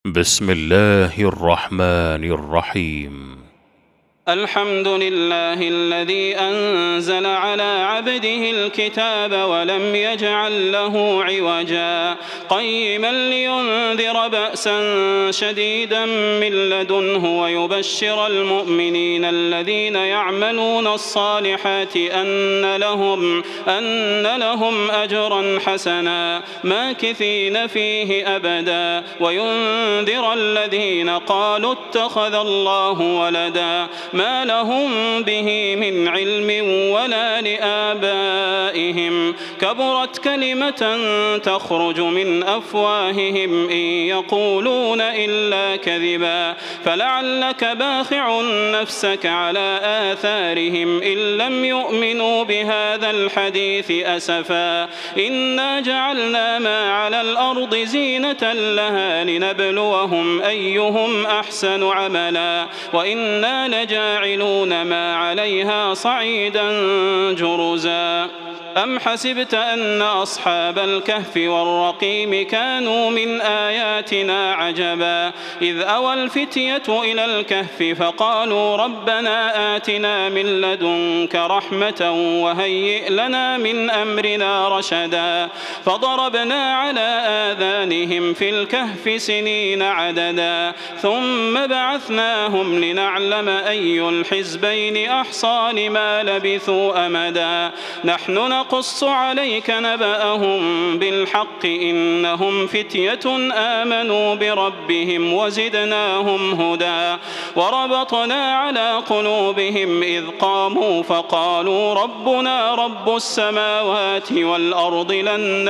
بسم الله الرحمن الرحيم. الحمد لله الذي أنزل على عبده الكتاب ولم يجعل له عوجا قيما لينذر بأسا شديدا من لدنه ويبشر المؤمنين الذين يعملون الصالحات أن لهم أجرا حسنا ماكثين فيه أبدا وينذر الذين قالوا اتخذ الله ولدا ما لهم به من علم ولا لآبائهم كبرت كلمة تخرج من أفواههم إن يقولون إلا كذبا فلعلك باخع نفسك على آثارهم إن لم يؤمنوا بهذا الحديث أسفا إنا جعلنا ما على الأرض زينة لها لنبلوهم أيهم أحسن عملا وإنا لجاعلون ما عليها صعيدا جرزا أم حسبت أن أصحاب الكهف والرقيم كانوا من آياتنا عجبا إذ أوى الفتية إلى الكهف فقالوا ربنا آتنا من لدنك رحمة وهيئ لنا من أمرنا رشدا فضربنا على آذانهم في الكهف سنين عددا ثم بعثناهم لنعلم أي الحزبين أحصى لما لبثوا أمدا نحن نقص عليك نبأهم بالحق إنهم فتية آمنوا بربهم وزدناهم هدى وربطنا على قلوبهم إذ قاموا فقالوا ربنا رب السماوات والأرض لن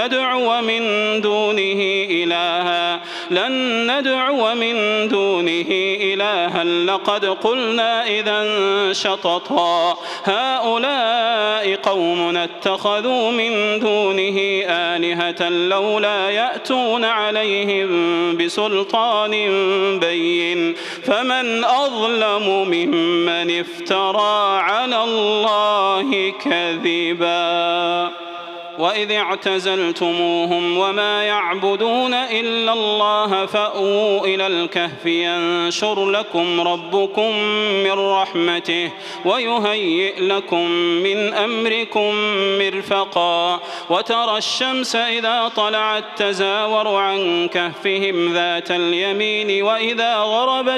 ندعو من دونه إلها لقد قلنا إذا شططا هؤلاء قومنا اتخذوا من دونه آلهة لولا يأتون عليهم بسلطان بين فمن أظلم ممن افترى على الله كذبا وإذ اعتزلتموهم وما يعبدون إلا الله فأووا إلى الكهف ينشر لكم ربكم من رحمته ويهيئ لكم من أمركم مرفقا وترى الشمس إذا طلعت تزاور عن كهفهم ذات اليمين وإذا غربت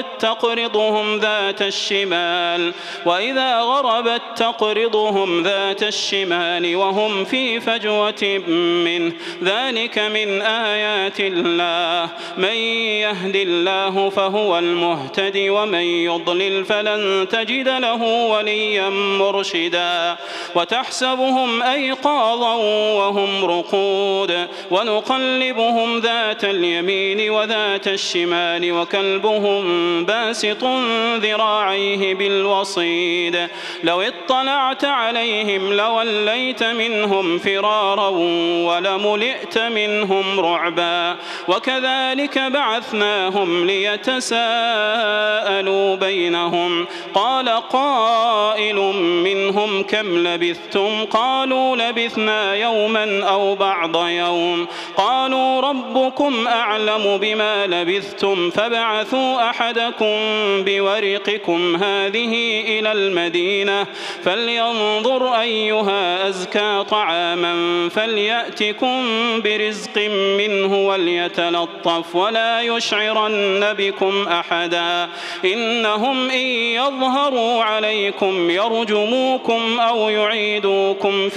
تقرضهم ذات الشمال وهم في فجوة منه ذلك من آيات الله من يهد الله فهو المهتد ومن يضلل فلن تجد له وليا مرشدا وتحسبهم أيقاظا وهم رقود ونقلبهم ذات اليمين وذات الشمال وكلبهم باسط ذراعيه بالوصيد لو اطلعت عليهم لوليت منهم فرارا ولملئت منهم رعبا وكذلك بعثناهم ليتساءلوا بينهم قال قائل منهم كم لبثتم قالوا لبثنا يوما أو بعض يوم قالوا ربكم أعلم بما لبثتم فابعثوا أحدكم بورقكم هذه إلى المدينة فلينظر أيها أزكى طعاما فليأتكم برزق منه وليتلطف ولا يشعرن بكم أحدا إنهم إن يظهروا عليكم يرجموكم أو يعيدوكم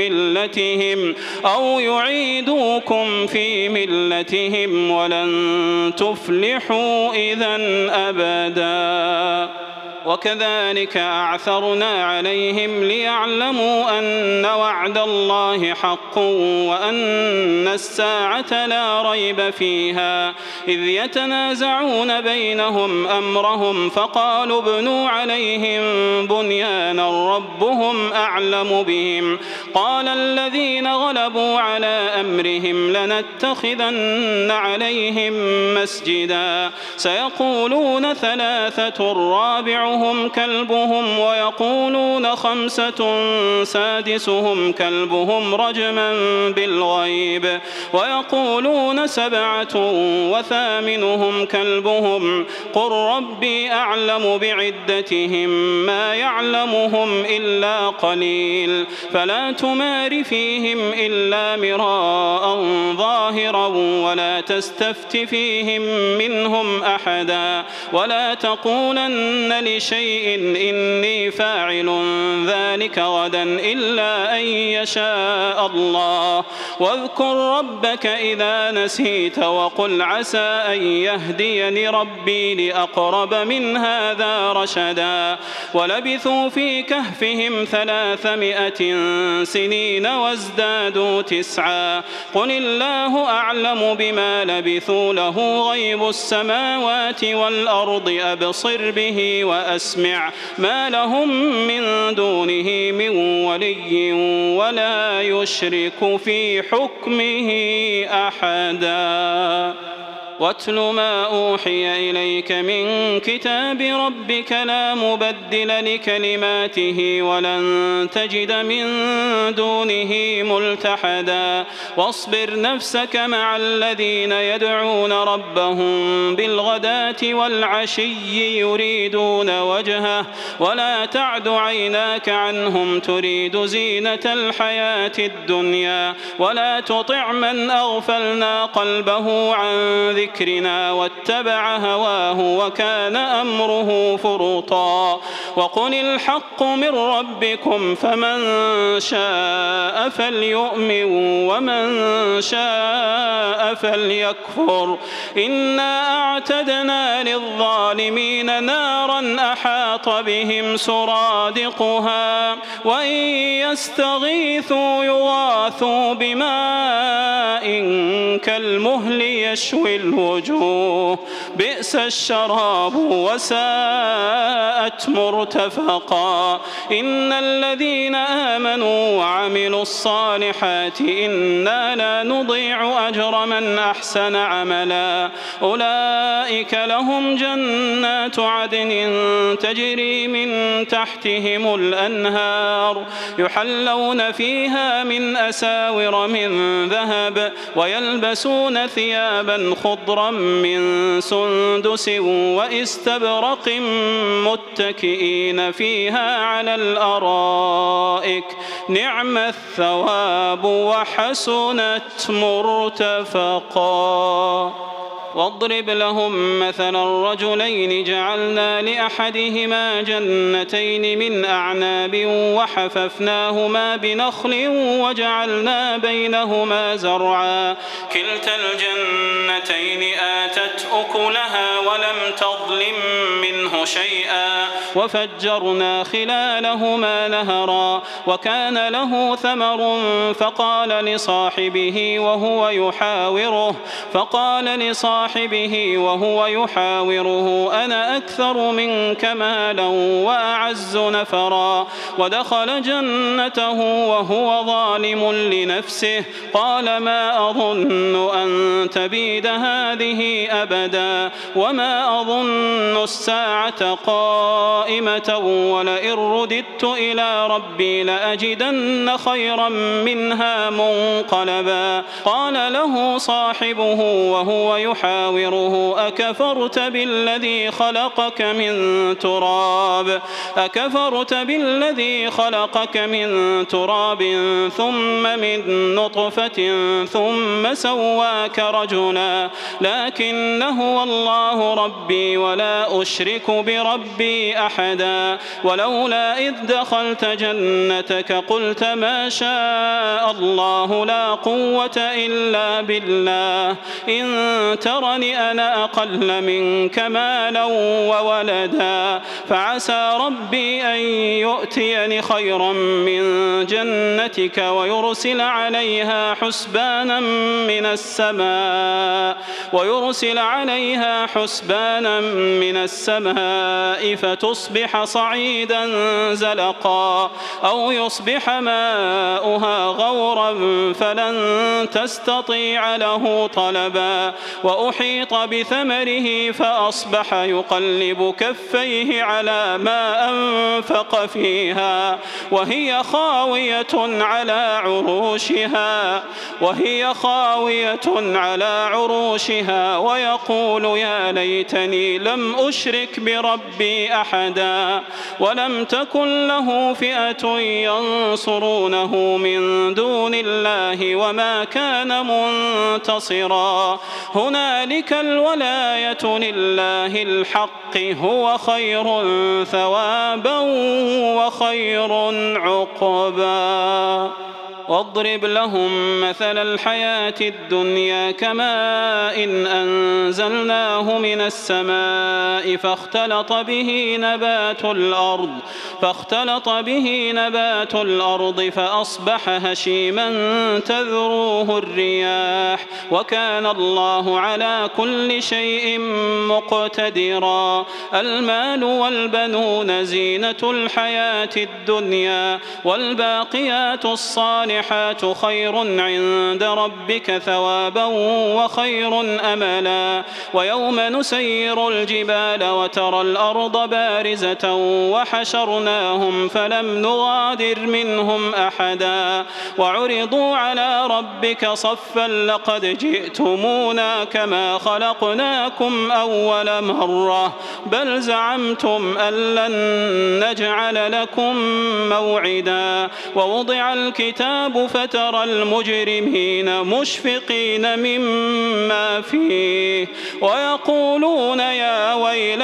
في ملتهم ولن تفلحوا إذا أبدا وكذلك أعثرنا عليهم ليعلموا أن وعد الله حق وأن الساعة لا ريب فيها إذ يتنازعون بينهم أمرهم فقالوا ابنوا عليهم بنيانا ربهم أعلم بهم قال الذين غلبوا على أمرهم لنتخذن عليهم مسجدا سيقولون ثلاثة رابعهم رابعهم كلبهم ويقولون 5 سادسهم كلبهم رجما بالغيب ويقولون 7 وثامنهم كلبهم قل ربي أعلم بعدتهم ما يعلمهم إلا قليل فلا تمار فيهم إلا مراء ظاهرا ولا تستفت فيهم منهم أحدا ولا تقولن لشيء إني فاعل ذلك غدا إلا أن يشاء الله واذكر ربك إذا نسيت وقل عسى أن يهديني ربي لأقرب من هذا رشدا ولبثوا في كهفهم 300 سنين وازدادوا 9 قل الله أعلم بما لبثوا له غيب السماوات والأرض أبصر به وأسمع ما لهم من دونه من ولي ولا يشرك في حكمه أحدا واتل ما أوحي إليك من كتاب ربك لا مبدل لكلماته ولن تجد من دونه ملتحدا واصبر نفسك مع الذين يدعون ربهم بالغداة والعشي يريدون وجهه ولا تعد عيناك عنهم تريد زينة الحياة الدنيا ولا تطع من أغفلنا قلبه عن ذكرنا واتبع هواه وكان أمره فرطا وقل الحق من ربكم فمن شاء فليؤمن ومن شاء فليكفر إنا أعتدنا للظالمين نارا أحاط بهم سرادقها وإن يستغيثوا يغاثوا بماء كالمهل يشوي الوجوه بئس الشراب وساءت مرتفقا إن الذين آمنوا وعملوا الصالحات إنا لا نضيع أجر من أحسن عملا أولئك لهم جنات عدن تجري من تحتهم الأنهار يحلون فيها من أساور من ذهب ويلبسون ثيابا خضرا من سندس واستبرق متكئين فيها على الأرائك نعم الثواب وحسنت مرتفقا واضرب لهم مثلا رجلين جعلنا لأحدهما جنتين من أعناب وحففناهما بنخل وجعلنا بينهما زرعا كلتا الجنتين آتت أكلها ولم تظلم منه شيئا وفجرنا خلالهما نهرا وكان له ثمر فقال لصاحبه وهو يحاوره أنا أكثر منك مالا وأعز نفرا ودخل جنته وهو ظالم لنفسه قال ما أظن أن تبيد هذه أبدا وما أظن الساعة قائمة ولئن رددت إلى ربي لأجدن خيرا منها منقلبا قال له صاحبه وهو يحاوره أكفرت بالذي خلقك من تراب ثم من نطفة ثم سواك رجلا لكن هو الله ربي ولا أشرك بربي أحدا ولولا إذ دخلت جنتك قلت ما شاء الله لا قوة إلا بالله إن ترني أنا أقل منك مالا وولدا فعسى ربي أن يؤتيني خيرا من جنتك ويرسل عليها حسبانا من السماء ويرسل عليها حسبانا من السماء فتصبح صعيدا زلقا أو يصبح ماؤها غورا فلن تستطيع له طلبا وأحيط بثمره فأصبح يقلب كفيه على ما أنفق فيها وهي خاوية على عروشها ويقول يا ليتني لم أشرك بربي أحدا ولم تكن له فئة ينصرونه من دون الله وما كان منتصرا هنالك الولاية لله الحق هو خير ثوابا وخير عقبا واضرب لهم مثل الحياة الدنيا كماء إن أنزلناه من السماء فاختلط به نبات الأرض فأصبح هشيما تذروه الرياح وكان الله على كل شيء مقتدرا المال والبنون زينة الحياة الدنيا والباقيات الصالحات خير عند ربك ثوابا وخير أملا ويوم نسير الجبال وترى الأرض بارزة وحشرناهم فلم نغادر منهم أحدا وعرضوا على ربك صفا لقد جئتمونا كما خلقناكم أول مرة بل زعمتم أن لن نجعل لكم موعدا ووضع الكتاب فترى المجرمين مشفقين مما فيه ويقولون يا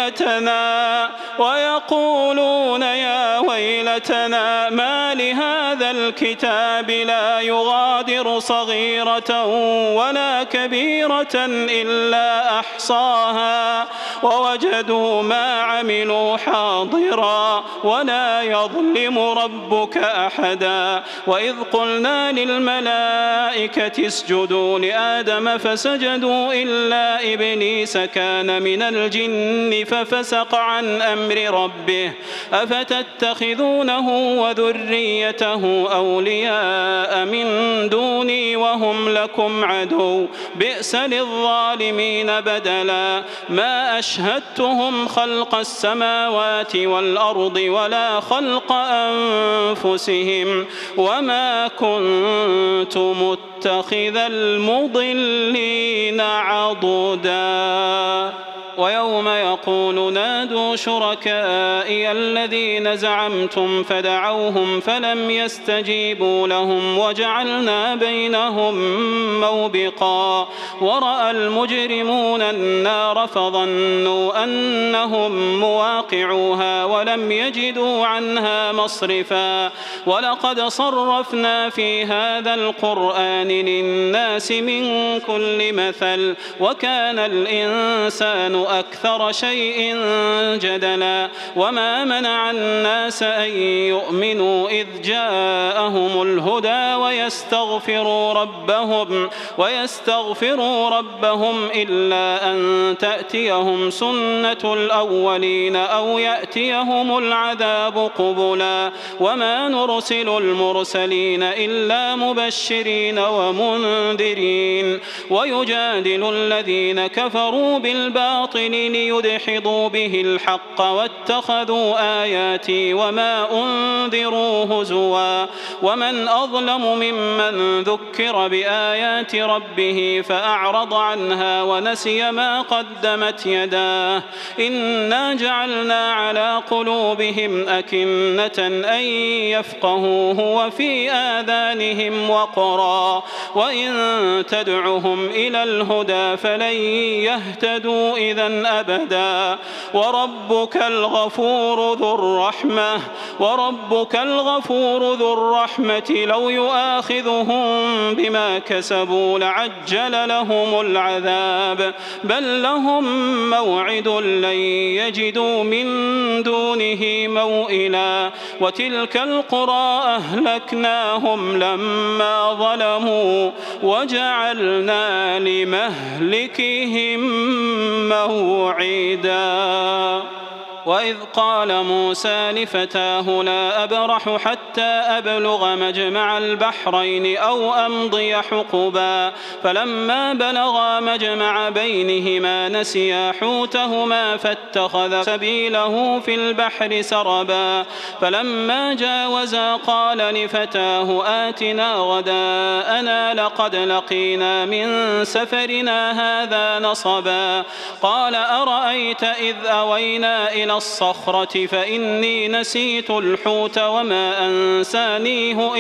ويلتنا ما لهذا الكتاب لا يغادر صغيرة ولا كبيرة إلا أحصاها ووجدوا ما عملوا حاضرا ولا يظلم ربك أحدا وإذ قلنا للملائكة اسجدوا لآدم فسجدوا إلا إبليس كان من الجن ففسق عن أمر ربه أفتتخذونه وذريته أولياء من دوني وهم لكم عدو بئس للظالمين بدلا ما أشهدتهم خلق السماوات والأرض ولا خلق أنفسهم وما كنت متخذ المضلين عضدا ويوم يقول نادوا شركائي الذين زعمتم فدعوهم فلم يستجيبوا لهم وجعلنا بينهم موبقا ورأى المجرمون النار فظنوا أنهم مواقعوها ولم يجدوا عنها مصرفا ولقد صرفنا في هذا القرآن للناس من كل مثل وكان الإنسان أكثر شيء جدلا وما منع الناس أن يؤمنوا إذ جاءهم الهدى ويستغفروا ربهم إلا أن تأتيهم سنة الأولين أو يأتيهم العذاب قبلا وما نرسل المرسلين إلا مبشرين ومنذرين ويجادل الذين كفروا بالباطل ليدحضوا به الحق واتخذوا آياتي وما أنذروا هزوا ومن أظلم ممن ذكر بآيات ربه فأعرض عنها ونسي ما قدمت يداه إنا جعلنا على قلوبهم أكنة أن يفقهوه وفي آذانهم وقرا وإن تدعهم إلى الهدى فلن يهتدوا إذا مخلدا أبدا. وربك الغفور ذو الرحمة لو يؤاخذهم بما كسبوا لعجل لهم العذاب، بل لهم موعد لن يجدوا من دونه موئلا. وتلك القرى أهلكناهم لما ظلموا وجعلنا لمهلكهم موعدا. وإذ قال موسى لفتاه لا أبرح حتى أبلغ مجمع البحرين أو أمضي حقبا، فلما بلغا مجمع بينهما نسيا حوتهما فاتخذ سبيله في البحر سربا. فلما جاوزا قال لفتاه آتنا غداءنا لقد لقينا من سفرنا هذا نصبا. قال أرأيت إذ أوينا إلى الصخرة فإني نسيت الحوت وما أنسانيه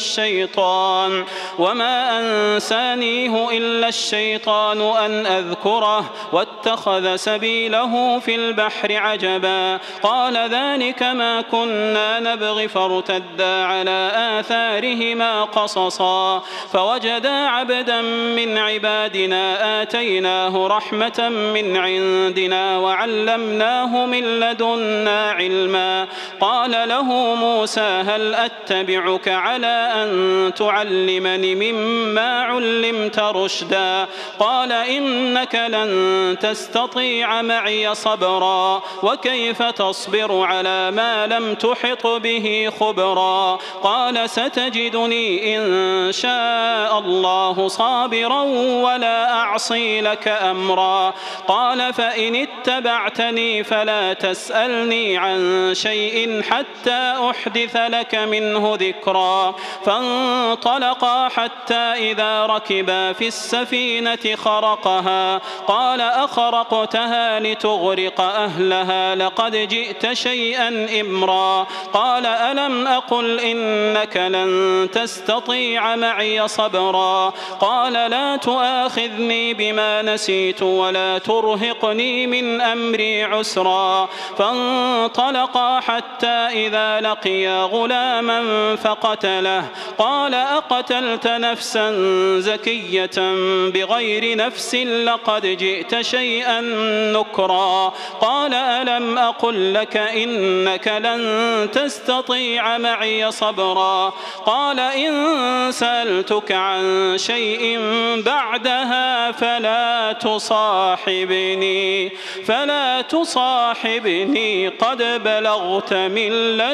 إلا الشيطان أن أذكره واتخذ سبيله في البحر عجبا. قال ذلك ما كنا نبغي فارتدا على آثارهما قصصا. فوجدا عبدا من عبادنا آتيناه رحمة من عندنا وعلمناه من لدنا علما. قال له موسى هل أتبعك على أن تعلمني مما علمت رشدا؟ قال إنك لن تستطيع معي صبرا وكيف تصبر على ما لم تحط به خبرا؟ قال ستجدني إن شاء الله صابرا ولا أعصي لك أمرا. قال فإن اتبعتني فلا تسألني عن شيء حتى أحدث لك منه ذكرا. فانطلقا حتى إذا ركبا في السفينة خرقها. قال أخرقتها لتغرق أهلها لقد جئت شيئا إمرا. قال ألم أقل إنك لن تستطيع معي صبرا؟ قال لا تؤاخذني بما نسيت ولا ترهقني من أمري عسرا. فانطلقا حتى إذا لقيا غلاما فقتله. قال أقتلت نفسا زكية بغير نفس لقد جئت شيئا نكرا. قال ألم أقل لك إنك لن تستطيع معي صبرا؟ قال إن سألتك عن شيء بعدها فلا تصاحبني قد بلغت من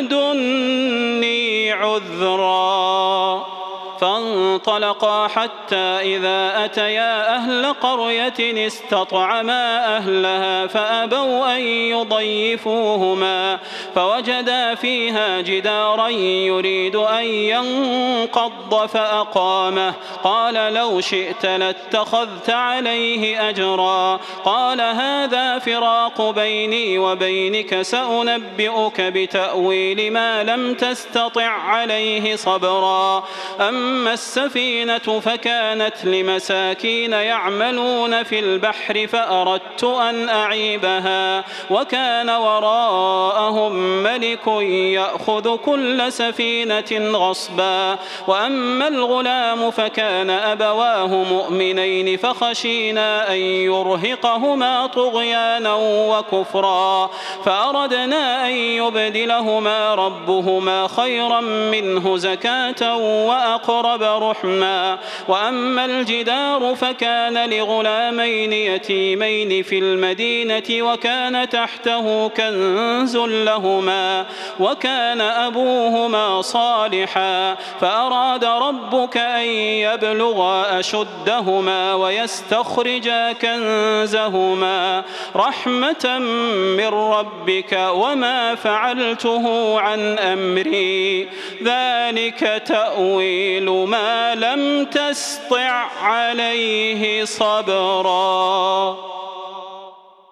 لدني عذرا. فانطلقا حتى إذا أتيا أهل قرية استطعما أهلها فأبوا أن يضيفوهما فوجدا فيها جدارا يريد أن ينقض فأقامه. قال لو شئت لاتخذت عليه أجرا. قال هذا فراق بيني وبينك سأنبئك بتأويل ما لم تستطع عليه صبرا. أما السفينة فكانت لمساكين يعملون في البحر فأردت أن أعيبها وكان وراءهم ملك يأخذ كل سفينة غصبا. وأما الغلام فكان أبواه مؤمنين فخشينا أن يرهقهما طغيانا وكفرا فأردنا أن يبدلهما ربهما خيرا منه زكاة وأقرب رحما. وأما الجدار فكان لغلامين يتيمين في المدينة وكان تحته كنز لهما وكان أبوهما صالحا فأراد ربك أن يبلغا أشدهما ويستخرجا كنزهما رحمة من ربك وما فعلته عن أمري ذلك تأويل ما لم تسطع عليه صبرا.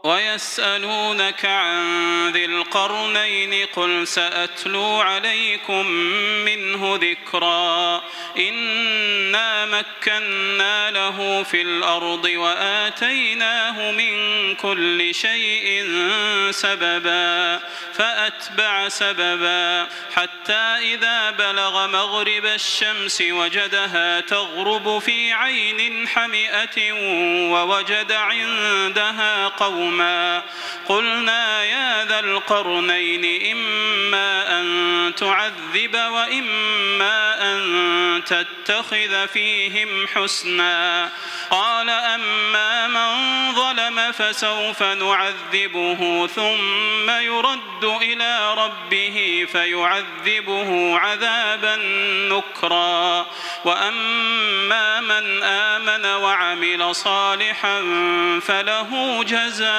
ويسألونك عن ذي القرنين قل سأتلو عليكم منه ذكرا إنا مكنا له في الأرض وآتيناه من كل شيء سببا فأتبع سببا حتى إذا بلغ مغرب الشمس وجدها تغرب في عين حمئة ووجد عندها قوما قلنا يا ذا القرنين إما أن تعذب وإما أن تتخذ فيهم حسنا قال أما من ظلم فسوف نعذبه ثم يرد إلى ربه فيعذبه عذابا نكرا وأما من آمن وعمل صالحا فله جزاء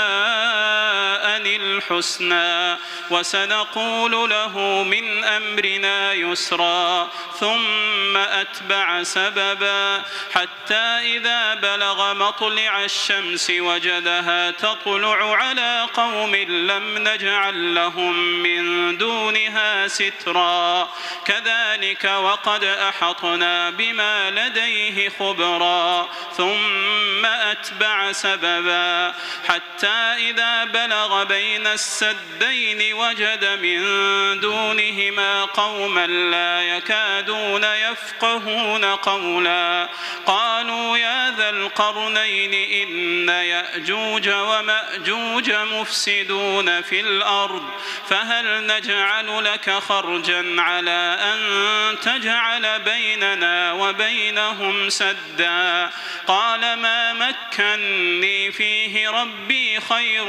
الحسنى وسنقول له من أمرنا يسرا ثم أتبع سببا حتى إذا بلغ مطلع الشمس وجدها تطلع على قوم لم نجعل لهم من دونها سترا كذلك وقد أحطنا بما لديه خبرا ثم أتبع سببا حتى إذا بلغ بين السدين وجد من دونهما قوما لا يكادون يفقهون قولا قالوا يا ذا القرنين إن يأجوج ومأجوج مفسدون في الأرض فهل نجعل لك خرجا على أن تجعل بيننا وبينهم سدا قال ما مكني فيه ربي خير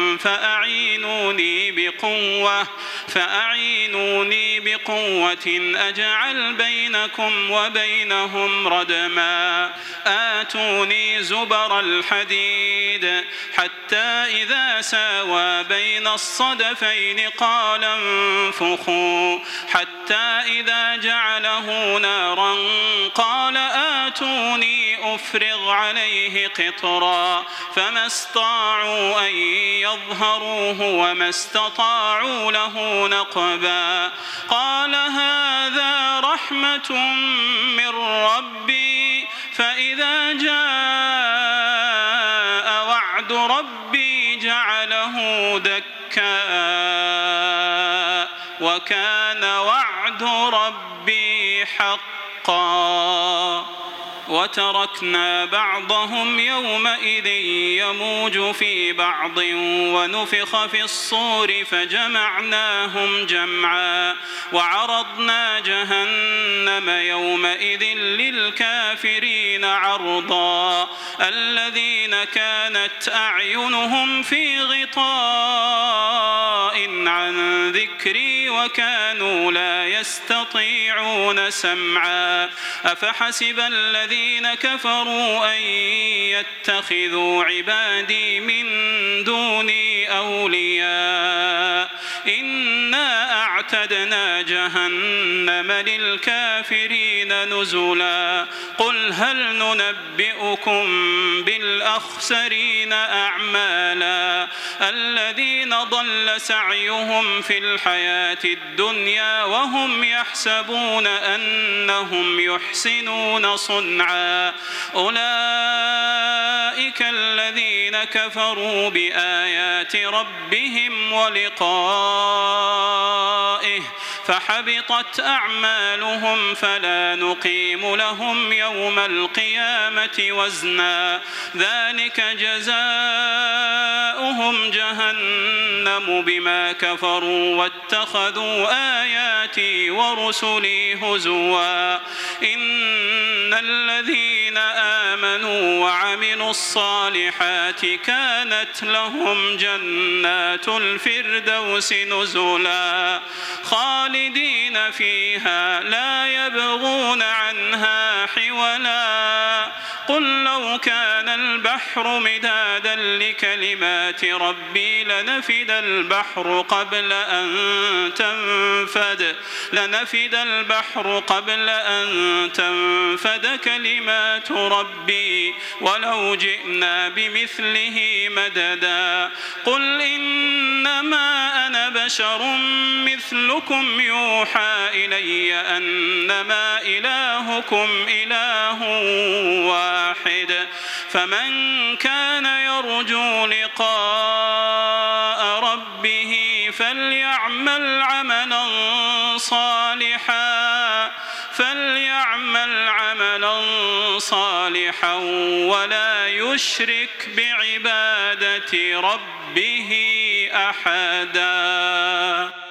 فأعينوني بقوة أجعل بينكم وبينهم ردما آتوني زبر الحديد حتى إذا ساوى بين الصدفين قال انفخوا حتى إذا جعله نارا قال آتوني أفرغ عليه قطرا فما استطاعوا أن يظهروه وما استطاعوا له نقبا قال هذا رحمة من ربي فإذا جاء وعد ربي جعله دكا وكان وعد ربي حقا وتركنا بعضهم يومئذ يموج في بعض ونفخ في الصور فجمعناهم جمعا وعرضنا جهنم يومئذ للكافرين عرضا الذين كانت أعينهم في غطاء عن ذكري وكانوا لا يستطيعون سمعا أفحسب الذين كفروا أن يتخذوا عبادي من دوني أولياء إنا أعتدنا جهنم للكافرين نزلا قل هل ننبئكم بالأخسرين أعمالا الذين ضل سعيهم في الحياة الدنيا وهم يحسبون أنهم يحسنون صنعا أولئك الذين كفروا بآيات ربهم ولقائه فحبطت أعمالهم فلا نقيم لهم يوم القيامة وزنا ذلك جزاؤهم جهنم بما كفروا واتخذوا آياتي ورسلي هزوا إن الذين آمنوا وعملوا الصالحات كانت لهم جنات الفردوس نزلا خالدين فيها لا يبغون عنها حولا قل لو كان البحر مدادا لكلمات ربي لنفد البحر قبل أن تنفد كلمات ربي ولو جئنا بمثله مددا قل إنما أنا بشر مثلكم يوحى إلي أنما إلهكم إله واحد فمن كان يرجو لقاء ربه فليعمل عملا صالحا ولا يشرك بعبادة ربه أحدا.